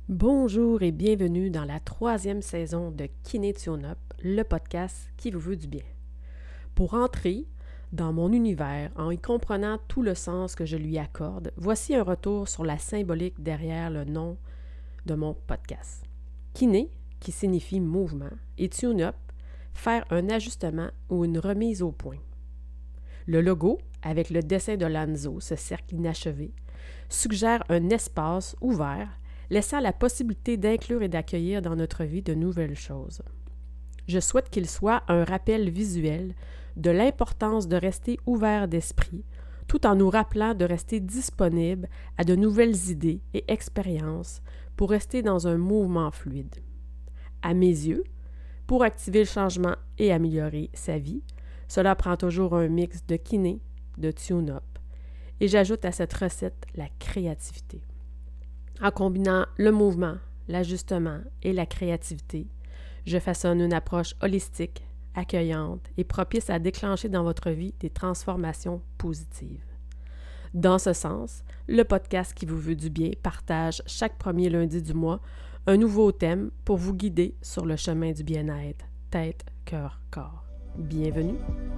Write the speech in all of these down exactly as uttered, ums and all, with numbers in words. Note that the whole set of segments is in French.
Bonjour et bienvenue dans la troisième saison de Kiné Tune Up, le podcast qui vous veut du bien. Pour entrer dans mon univers en y comprenant tout le sens que je lui accorde, voici un retour sur la symbolique derrière le nom de mon podcast. Kiné, qui signifie mouvement, et Tune Up, faire un ajustement ou une remise au point. Le logo, avec le dessin de Lanzo, ce cercle inachevé, suggère un espace ouvert laissant la possibilité d'inclure et d'accueillir dans notre vie de nouvelles choses. Je souhaite qu'il soit un rappel visuel de l'importance de rester ouvert d'esprit, tout en nous rappelant de rester disponible à de nouvelles idées et expériences pour rester dans un mouvement fluide. À mes yeux, pour activer le changement et améliorer sa vie, cela prend toujours un mix de kiné, de tune-up, et j'ajoute à cette recette la créativité. En combinant le mouvement, l'ajustement et la créativité, je façonne une approche holistique, accueillante et propice à déclencher dans votre vie des transformations positives. Dans ce sens, le podcast qui vous veut du bien partage chaque premier lundi du mois un nouveau thème pour vous guider sur le chemin du bien-être, tête, cœur, corps. Bienvenue!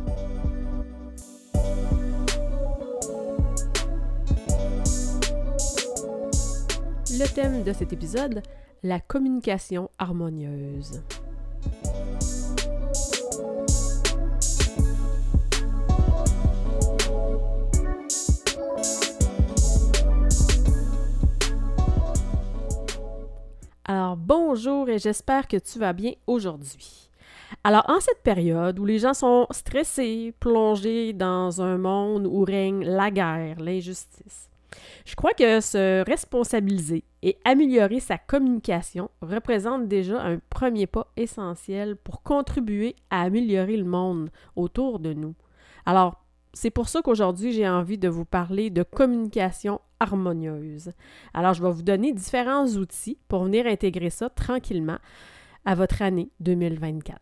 Le thème de cet épisode, la communication harmonieuse. Alors bonjour et j'espère que tu vas bien aujourd'hui. Alors en cette période où les gens sont stressés, plongés dans un monde où règne la guerre, l'injustice, je crois que se responsabiliser et améliorer sa communication représente déjà un premier pas essentiel pour contribuer à améliorer le monde autour de nous. Alors, c'est pour ça qu'aujourd'hui, j'ai envie de vous parler de communication harmonieuse. Alors, je vais vous donner différents outils pour venir intégrer ça tranquillement à votre année deux mille vingt-quatre.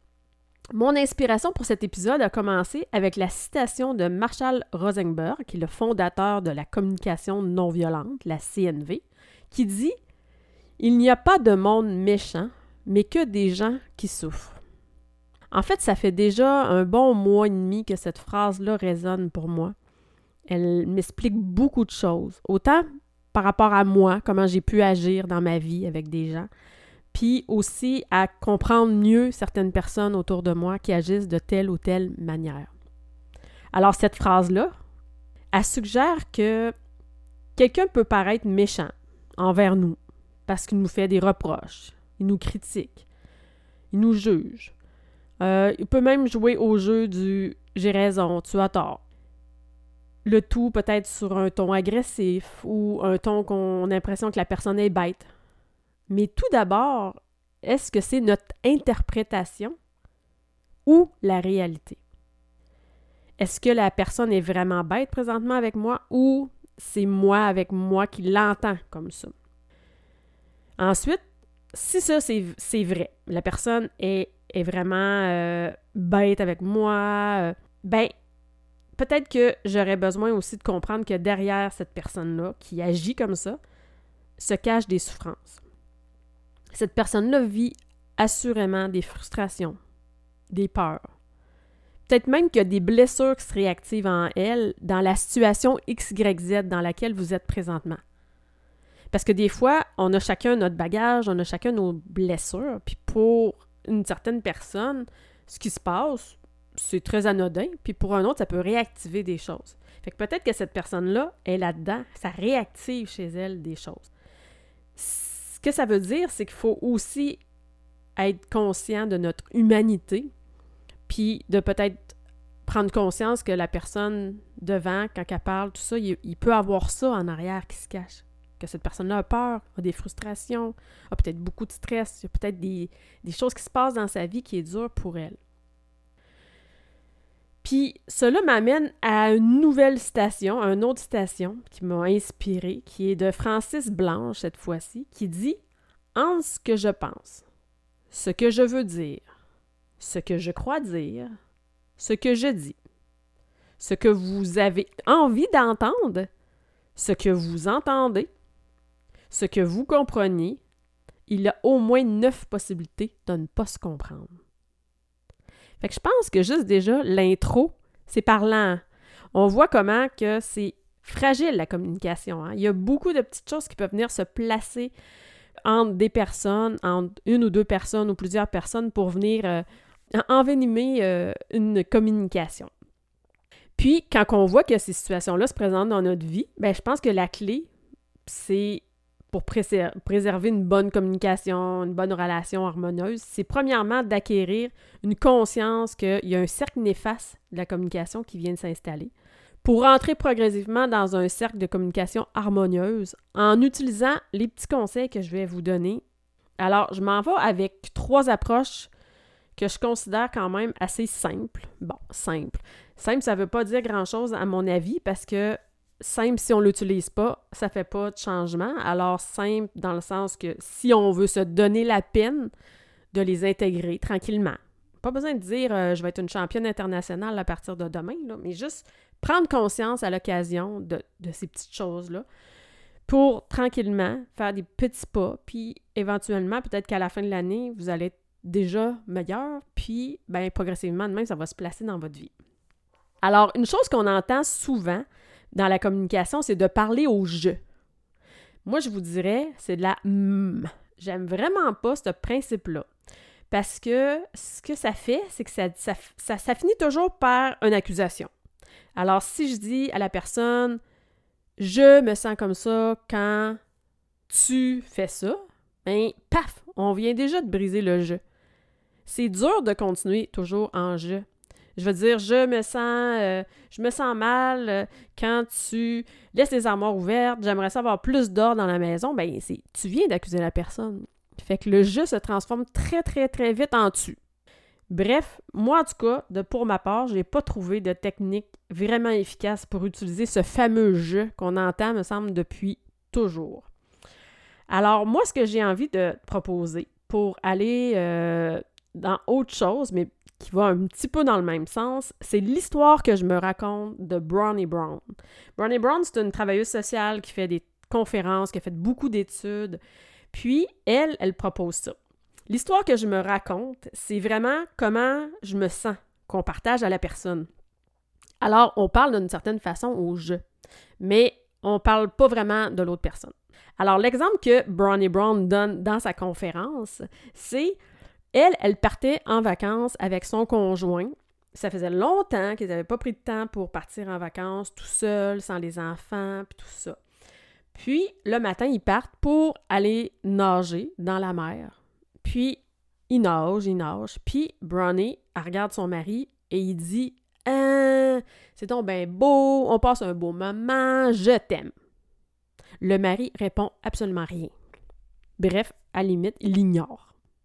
Mon inspiration pour cet épisode a commencé avec la citation de Marshall Rosenberg, qui est le fondateur de la communication non violente, la C N V, qui dit « Il n'y a pas de monde méchant, mais que des gens qui souffrent. » En fait, ça fait déjà un bon mois et demi que cette phrase-là résonne pour moi. Elle m'explique beaucoup de choses, autant par rapport à moi, comment j'ai pu agir dans ma vie avec des gens, puis aussi à comprendre mieux certaines personnes autour de moi qui agissent de telle ou telle manière. Alors, cette phrase-là, elle suggère que quelqu'un peut paraître méchant envers nous parce qu'il nous fait des reproches, il nous critique, il nous juge. Euh, il peut même jouer au jeu du « j'ai raison, tu as tort ». Le tout peut-être sur un ton agressif ou un ton qu'on a l'impression que la personne est bête. Mais tout d'abord, est-ce que c'est notre interprétation ou la réalité? Est-ce que la personne est vraiment bête présentement avec moi ou c'est moi avec moi qui l'entend comme ça? Ensuite, si ça, c'est, c'est vrai, la personne est, est vraiment euh, bête avec moi, euh, ben, peut-être que j'aurais besoin aussi de comprendre que derrière cette personne-là qui agit comme ça, se cachent des souffrances. Cette personne-là vit assurément des frustrations, des peurs. Peut-être même qu'il y a des blessures qui se réactivent en elle dans la situation X Y Z dans laquelle vous êtes présentement. Parce que des fois, on a chacun notre bagage, on a chacun nos blessures, puis pour une certaine personne, ce qui se passe, c'est très anodin, puis pour un autre, ça peut réactiver des choses. Fait que peut-être que cette personne-là est là-dedans, ça réactive chez elle des choses. Ce que ça veut dire, c'est qu'il faut aussi être conscient de notre humanité, puis de peut-être prendre conscience que la personne devant, quand elle parle, tout ça, il, il peut avoir ça en arrière qui se cache. Que cette personne-là a peur, a des frustrations, a peut-être beaucoup de stress, il y a peut-être des, des choses qui se passent dans sa vie qui est dure pour elle. Puis, cela m'amène à une nouvelle citation, une autre citation qui m'a inspirée, qui est de Francis Blanche, cette fois-ci, qui dit « En ce que je pense, ce que je veux dire, ce que je crois dire, ce que je dis, ce que vous avez envie d'entendre, ce que vous entendez, ce que vous compreniez, il y a au moins neuf possibilités de ne pas se comprendre. Fait que je pense que juste déjà, l'intro, c'est parlant. On voit comment que c'est fragile, la communication. Hein? Il y a beaucoup de petites choses qui peuvent venir se placer entre des personnes, entre une ou deux personnes ou plusieurs personnes pour venir euh, envenimer euh, une communication. Puis, quand on voit que ces situations-là se présentent dans notre vie, ben, je pense que la clé, c'est pour préser- préserver une bonne communication, une bonne relation harmonieuse, c'est premièrement d'acquérir une conscience qu'il y a un cercle néfaste de la communication qui vient de s'installer pour entrer progressivement dans un cercle de communication harmonieuse en utilisant les petits conseils que je vais vous donner. Alors, je m'en vais avec trois approches que je considère quand même assez simples. Bon, simple. Simple, ça ne veut pas dire grand-chose à mon avis parce que simple, si on ne l'utilise pas, ça ne fait pas de changement. Alors, simple dans le sens que si on veut se donner la peine de les intégrer tranquillement. Pas besoin de dire euh, je vais être une championne internationale à partir de demain, là, mais juste prendre conscience à l'occasion de, de ces petites choses-là pour tranquillement faire des petits pas, puis éventuellement, peut-être qu'à la fin de l'année, vous allez être déjà meilleur, puis ben, progressivement, de même, ça va se placer dans votre vie. Alors, une chose qu'on entend souvent dans la communication, c'est de parler au « je ». Moi, je vous dirais, c'est de la « mm ». J'aime vraiment pas ce principe-là. Parce que ce que ça fait, c'est que ça, ça, ça, ça finit toujours par une accusation. Alors, si je dis à la personne « je me sens comme ça quand tu fais ça », ben, paf, on vient déjà de briser le « je ». C'est dur de continuer toujours en « je ». Je veux dire, je me sens, euh, je me sens mal euh, quand tu laisses les armoires ouvertes, j'aimerais ça avoir plus d'ordre dans la maison. Ben, c'est, tu viens d'accuser la personne. Fait que le « je » se transforme très, très, très vite en « tu ». Bref, moi, en tout cas, de, pour ma part, je n'ai pas trouvé de technique vraiment efficace pour utiliser ce fameux « je » qu'on entend, me semble, depuis toujours. Alors, moi, ce que j'ai envie de proposer pour aller euh, dans autre chose, mais qui va un petit peu dans le même sens, c'est l'histoire que je me raconte de Brené Brown. Brené Brown, c'est une travailleuse sociale qui fait des conférences, qui a fait beaucoup d'études. Puis, elle, elle propose ça. L'histoire que je me raconte, c'est vraiment comment je me sens, qu'on partage à la personne. Alors, on parle d'une certaine façon au « je », mais on ne parle pas vraiment de l'autre personne. Alors, l'exemple que Brené Brown donne dans sa conférence, c'est elle, elle partait en vacances avec son conjoint. Ça faisait longtemps qu'ils n'avaient pas pris de temps pour partir en vacances tout seul, sans les enfants, puis tout ça. Puis, le matin, ils partent pour aller nager dans la mer. Puis, ils nagent, ils nagent. Puis, Brené, elle regarde son mari et il dit « Ah, c'est donc bien beau, on passe un beau moment, je t'aime. » Le mari répond absolument rien. Bref, à la limite, il l'ignore.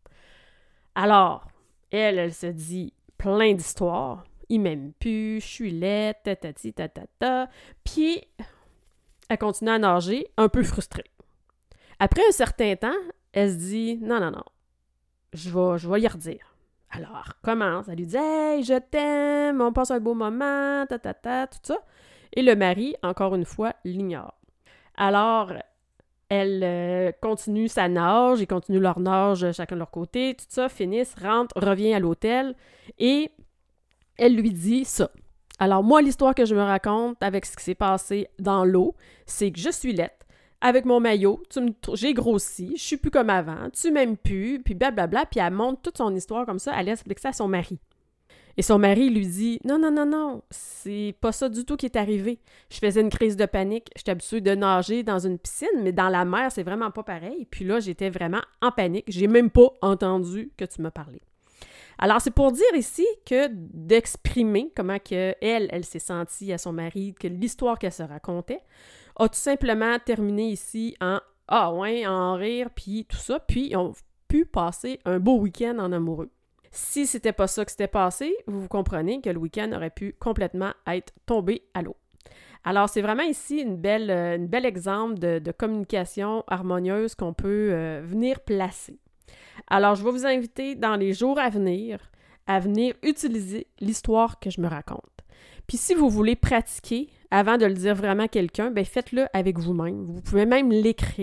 Alors, elle, elle se dit plein d'histoires. Il m'aime plus, je suis laide, tatati, tatata. Puis, elle continue à nager, un peu frustrée. Après un certain temps, elle se dit « Non, non, non, je vais, je vais y redire. » Alors, elle commence, elle lui dit « Hey, je t'aime, on passe un beau moment, tatata, tout ça. » Et le mari, encore une fois, l'ignore. Alors, elle euh, continue sa nage, ils continuent leur nage chacun de leur côté, tout ça, finissent, rentrent, revient à l'hôtel et elle lui dit ça. Alors moi, l'histoire que je me raconte avec ce qui s'est passé dans l'eau, c'est que je suis laide, avec mon maillot, tu me, j'ai grossi, je suis plus comme avant, tu m'aimes plus, puis blablabla, puis elle montre toute son histoire comme ça, elle explique ça à son mari. Et son mari lui dit « Non, non, non, non, c'est pas ça du tout qui est arrivé. Je faisais une crise de panique. J'étais habituée de nager dans une piscine, mais dans la mer, c'est vraiment pas pareil. Puis là, j'étais vraiment en panique. J'ai même pas entendu que tu me parlais. » Alors, c'est pour dire ici que d'exprimer comment que elle, elle s'est sentie à son mari, que l'histoire qu'elle se racontait, a tout simplement terminé ici en « Ah ouais, en rire, puis tout ça. » Puis, ils ont pu passer un beau week-end en amoureux. Si c'était pas ça qui s'était passé, vous, vous comprenez que le week-end aurait pu complètement être tombé à l'eau. Alors, c'est vraiment ici une belle, euh, une belle exemple de, de communication harmonieuse qu'on peut euh, venir placer. Alors, je vais vous inviter dans les jours à venir à venir utiliser l'histoire que je me raconte. Puis si vous voulez pratiquer avant de le dire vraiment à quelqu'un, bien faites-le avec vous-même. Vous pouvez même l'écrire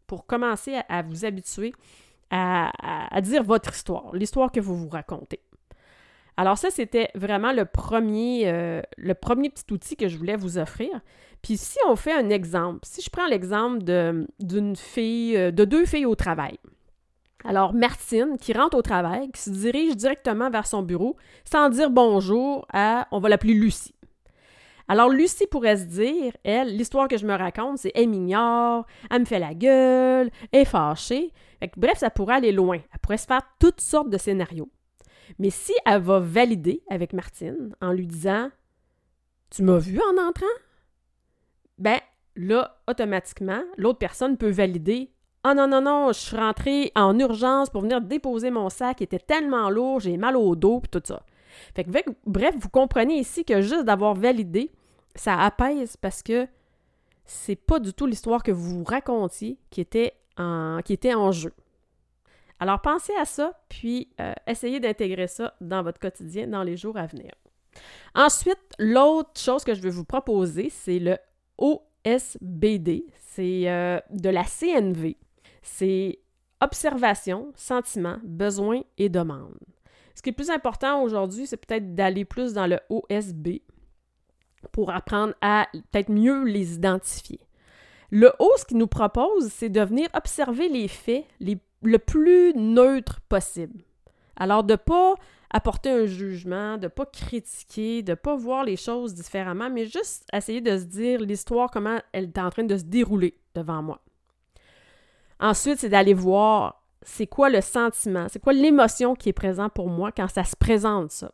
pour commencer à, à vous habituer à, à, à dire votre histoire, l'histoire que vous vous racontez. Alors ça, c'était vraiment le premier, euh, le premier petit outil que je voulais vous offrir. Puis si on fait un exemple, si je prends l'exemple de, d'une fille, de deux filles au travail. Alors Martine, qui rentre au travail, qui se dirige directement vers son bureau, sans dire bonjour à, on va l'appeler Lucie. Alors Lucie pourrait se dire, elle, l'histoire que je me raconte, c'est elle m'ignore, elle me fait la gueule, elle est fâchée. Fait que, bref, ça pourrait aller loin. Elle pourrait se faire toutes sortes de scénarios. Mais si elle va valider avec Martine en lui disant « Tu m'as vu en entrant? » Ben là, automatiquement, l'autre personne peut valider « Ah non, non, non, je suis rentrée en urgence pour venir déposer mon sac, il était tellement lourd, j'ai mal au dos, puis tout ça. » Fait que, bref, vous comprenez ici que juste d'avoir validé, ça apaise parce que c'est pas du tout l'histoire que vous racontiez qui était en, qui était en jeu. Alors, pensez à ça, puis euh, essayez d'intégrer ça dans votre quotidien dans les jours à venir. Ensuite, l'autre chose que je vais vous proposer, c'est le O S B D. C'est euh, de la C N V. C'est observation, sentiment, besoin et demande. Ce qui est plus important aujourd'hui, c'est peut-être d'aller plus dans le O S B pour apprendre à peut-être mieux les identifier. Le O, ce qu'il nous propose, c'est de venir observer les faits les le plus neutre possible. Alors, de ne pas apporter un jugement, de ne pas critiquer, de ne pas voir les choses différemment, mais juste essayer de se dire l'histoire, comment elle est en train de se dérouler devant moi. Ensuite, c'est d'aller voir c'est quoi le sentiment, c'est quoi l'émotion qui est présente pour moi quand ça se présente, ça.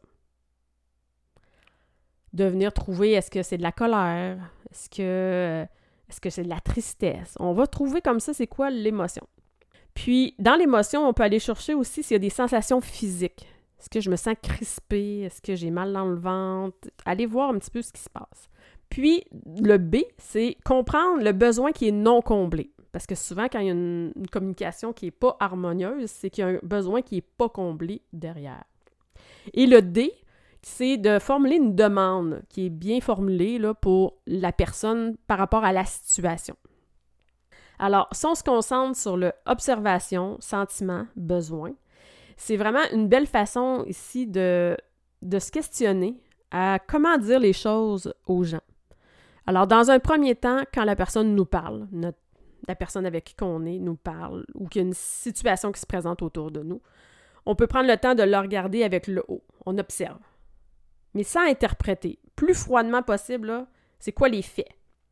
De venir trouver, est-ce que c'est de la colère? Est-ce que, est-ce que c'est de la tristesse? On va trouver comme ça, c'est quoi l'émotion. Puis, dans l'émotion, on peut aller chercher aussi s'il y a des sensations physiques. Est-ce que je me sens crispée? Est-ce que j'ai mal dans le ventre? Allez voir un petit peu ce qui se passe. Puis, le B, c'est comprendre le besoin qui est non comblé. Parce que souvent, quand il y a une, une communication qui n'est pas harmonieuse, c'est qu'il y a un besoin qui n'est pas comblé derrière. Et le D, c'est de formuler une demande qui est bien formulée là, pour la personne par rapport à la situation. Alors, si on se concentre sur le observation, sentiment, besoin, c'est vraiment une belle façon ici de, de se questionner à comment dire les choses aux gens. Alors, dans un premier temps, quand la personne nous parle, notre, la personne avec qui on est nous parle ou qu'il y a une situation qui se présente autour de nous, on peut prendre le temps de le regarder avec le haut. On observe. Mais sans interpréter. Plus froidement possible, là, c'est quoi les faits?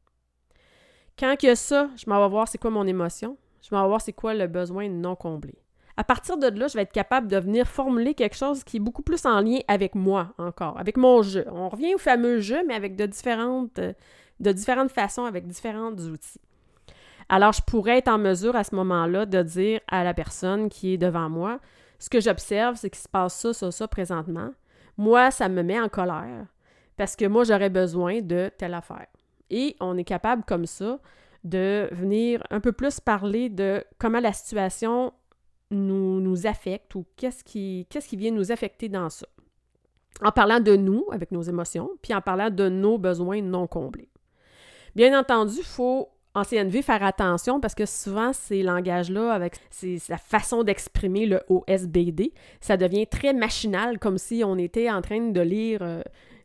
Quand il y a ça, je m'en vais voir c'est quoi mon émotion, je m'en vais voir c'est quoi le besoin non comblé. À partir de là, je vais être capable de venir formuler quelque chose qui est beaucoup plus en lien avec moi encore, avec mon jeu. On revient au fameux jeu, mais avec de différentes, de différentes façons, avec différents outils. Alors, je pourrais être en mesure à ce moment-là de dire à la personne qui est devant moi, ce que j'observe, c'est qu'il se passe ça, ça, ça présentement. Moi, ça me met en colère parce que moi, j'aurais besoin de telle affaire. Et on est capable comme ça de venir un peu plus parler de comment la situation nous, nous affecte ou qu'est-ce qui, qu'est-ce qui vient nous affecter dans ça. En parlant de nous, avec nos émotions, puis en parlant de nos besoins non comblés. Bien entendu, il faut en C N V faire attention parce que souvent, ces langages-là, avec ces, la façon d'exprimer le O S B D, ça devient très machinal, comme si on était en train de lire euh,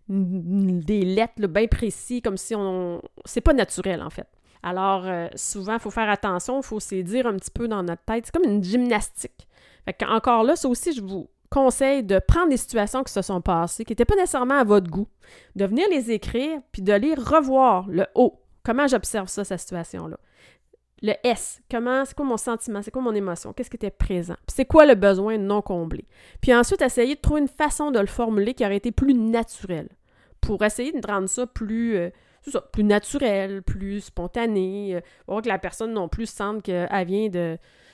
des lettres là, bien précis, comme si on... C'est pas naturel, en fait. Alors, euh, souvent, il faut faire attention, il faut se dire un petit peu dans notre tête. C'est comme une gymnastique. Fait qu'encore là, ça aussi, je vous conseille de prendre des situations qui se sont passées, qui n'étaient pas nécessairement à votre goût, de venir les écrire, puis de les revoir, le O. Comment j'observe ça, cette situation-là? Le S, comment, c'est quoi mon sentiment, c'est quoi mon émotion, qu'est-ce qui était présent? Puis c'est quoi le besoin non comblé? Puis ensuite, essayer de trouver une façon de le formuler qui aurait été plus naturelle, pour essayer de rendre ça plus, euh, c'est ça, plus naturel, plus spontané, euh, pour voir que la personne non plus sente qu'elle vient de,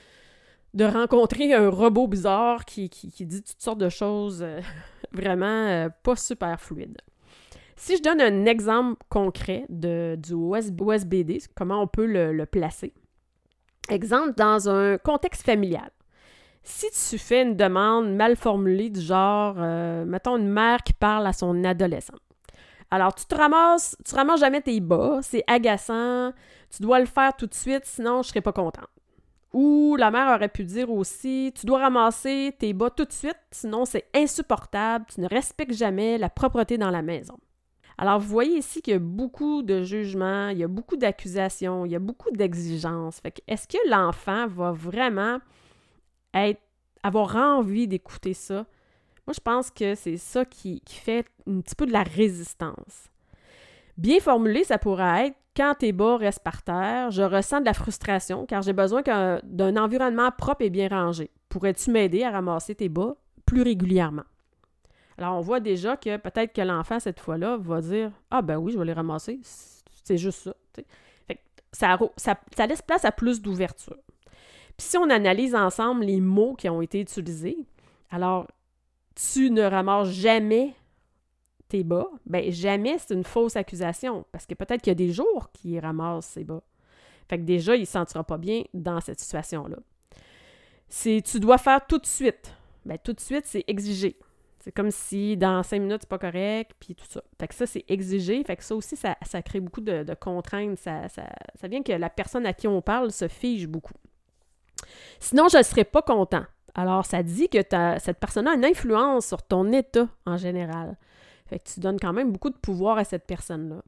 de rencontrer un robot bizarre qui, qui, qui dit toutes sortes de choses euh, vraiment euh, pas super fluides. Si je donne un exemple concret de, du O S B D, comment on peut le, le placer. Exemple, dans un contexte familial. Si tu fais une demande mal formulée du genre, euh, mettons une mère qui parle à son adolescent. Alors, tu te ramasses, tu ramasses jamais tes bas, c'est agaçant, tu dois le faire tout de suite, sinon je ne serai pas contente. Ou la mère aurait pu dire aussi « Tu dois ramasser tes bas tout de suite, sinon c'est insupportable, tu ne respectes jamais la propreté dans la maison. » Alors, vous voyez ici qu'il y a beaucoup de jugements, il y a beaucoup d'accusations, il y a beaucoup d'exigences. Fait que, est-ce que l'enfant va vraiment être, avoir envie d'écouter ça? Moi, je pense que c'est ça qui, qui fait un petit peu de la résistance. Bien formulé, ça pourrait être « Quand tes bas restent par terre, je ressens de la frustration car j'ai besoin qu'un, d'un environnement propre et bien rangé. Pourrais-tu m'aider à ramasser tes bas plus régulièrement? » Alors, on voit déjà que peut-être que l'enfant, cette fois-là, va dire « Ah ben oui, je vais les ramasser, c'est juste ça. » Fait que ça, ça, ça laisse place à plus d'ouverture. Puis si on analyse ensemble les mots qui ont été utilisés, alors, tu ne ramasses jamais tes bas, bien, jamais, c'est une fausse accusation, parce que peut-être qu'il y a des jours qu'il ramasse ses bas. Fait que déjà, il ne se sentira pas bien dans cette situation-là. Si tu dois faire tout de suite, bien, tout de suite, c'est exiger. C'est comme si dans cinq minutes, c'est pas correct, puis tout ça. Fait que ça, c'est exiger. Fait que ça aussi, ça, ça crée beaucoup de, de contraintes. Ça, ça, ça vient que la personne à qui on parle se fige beaucoup. Sinon, je ne serais pas content. Alors, ça dit que ta, cette personne a une influence sur ton état en général. Fait que tu donnes quand même beaucoup de pouvoir à cette personne-là.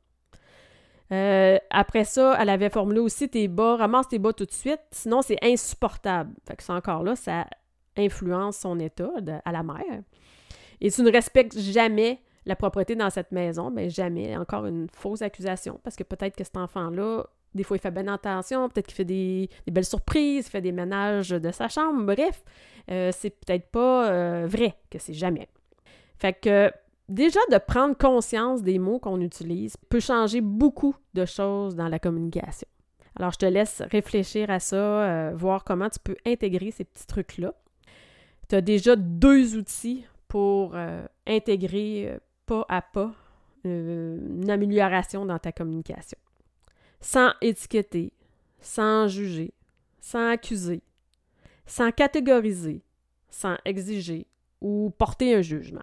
Euh, après ça, elle avait formulé aussi tes bas, ramasse tes bas tout de suite, sinon c'est insupportable. Fait que ça encore là, ça influence son état de, à la mère. Et tu ne respectes jamais la propreté dans cette maison, bien jamais, encore une fausse accusation, parce que peut-être que cet enfant-là, des fois il fait bonne attention, peut-être qu'il fait des, des belles surprises, il fait des ménages de sa chambre, bref, euh, c'est peut-être pas euh, vrai que c'est jamais. Fait que déjà, de prendre conscience des mots qu'on utilise peut changer beaucoup de choses dans la communication. Alors, je te laisse réfléchir à ça, euh, voir comment tu peux intégrer ces petits trucs-là. Tu as déjà deux outils pour euh, intégrer euh, pas à pas euh, une amélioration dans ta communication. Sans étiqueter, sans juger, sans accuser, sans catégoriser, sans exiger ou porter un jugement.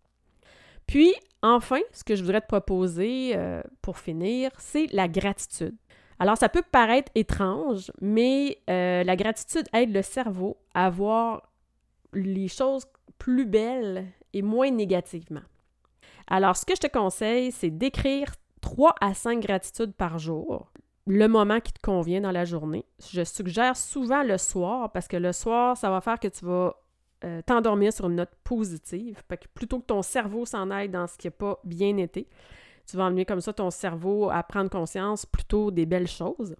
Puis, enfin, ce que je voudrais te proposer euh, pour finir, c'est la gratitude. Alors, ça peut paraître étrange, mais euh, la gratitude aide le cerveau à voir les choses plus belles et moins négativement. Alors, ce que je te conseille, c'est d'écrire trois à cinq gratitudes par jour, le moment qui te convient dans la journée. Je suggère souvent le soir, parce que le soir, ça va faire que tu vas Euh, t'endormir sur une note positive. Fait que plutôt que ton cerveau s'en aille dans ce qui n'a pas bien été, tu vas emmener comme ça ton cerveau à prendre conscience plutôt des belles choses.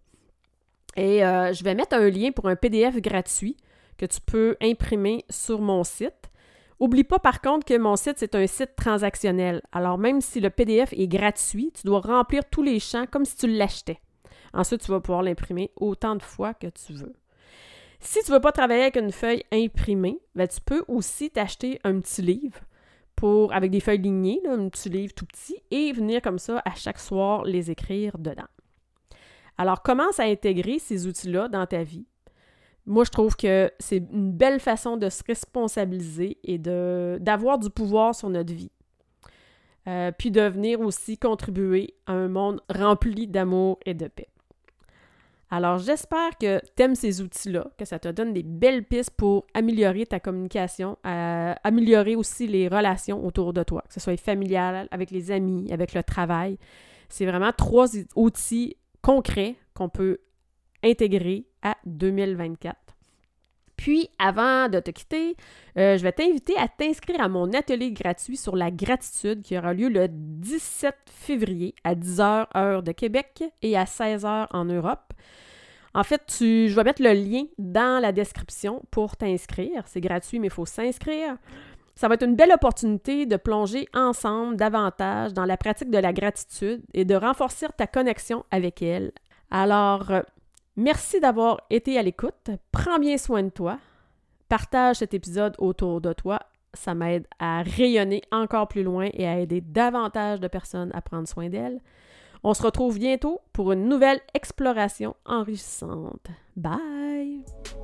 Et euh, je vais mettre un lien pour un P D F gratuit que tu peux imprimer sur mon site. Oublie pas par contre que mon site, c'est un site transactionnel. Alors même si le P D F est gratuit, tu dois remplir tous les champs comme si tu l'achetais. Ensuite, tu vas pouvoir l'imprimer autant de fois que tu veux. Si tu ne veux pas travailler avec une feuille imprimée, ben tu peux aussi t'acheter un petit livre pour, avec des feuilles lignées, là, un petit livre tout petit, et venir comme ça à chaque soir les écrire dedans. Alors, commence à intégrer ces outils-là dans ta vie. Moi, je trouve que c'est une belle façon de se responsabiliser et de, d'avoir du pouvoir sur notre vie. Euh, puis de venir aussi contribuer à un monde rempli d'amour et de paix. Alors, j'espère que tu aimes ces outils-là, que ça te donne des belles pistes pour améliorer ta communication, euh, améliorer aussi les relations autour de toi, que ce soit familial, avec les amis, avec le travail. C'est vraiment trois outils concrets qu'on peut intégrer à deux mille vingt-quatre. Puis, avant de te quitter, euh, je vais t'inviter à t'inscrire à mon atelier gratuit sur la gratitude qui aura lieu le dix-sept février à dix heures heure de Québec et à seize heures en Europe. En fait, tu, je vais mettre le lien dans la description pour t'inscrire. C'est gratuit, mais il faut s'inscrire. Ça va être une belle opportunité de plonger ensemble davantage dans la pratique de la gratitude et de renforcer ta connexion avec elle. Alors, merci d'avoir été à l'écoute. Prends bien soin de toi. Partage cet épisode autour de toi. Ça m'aide à rayonner encore plus loin et à aider davantage de personnes à prendre soin d'elles. On se retrouve bientôt pour une nouvelle exploration enrichissante. Bye!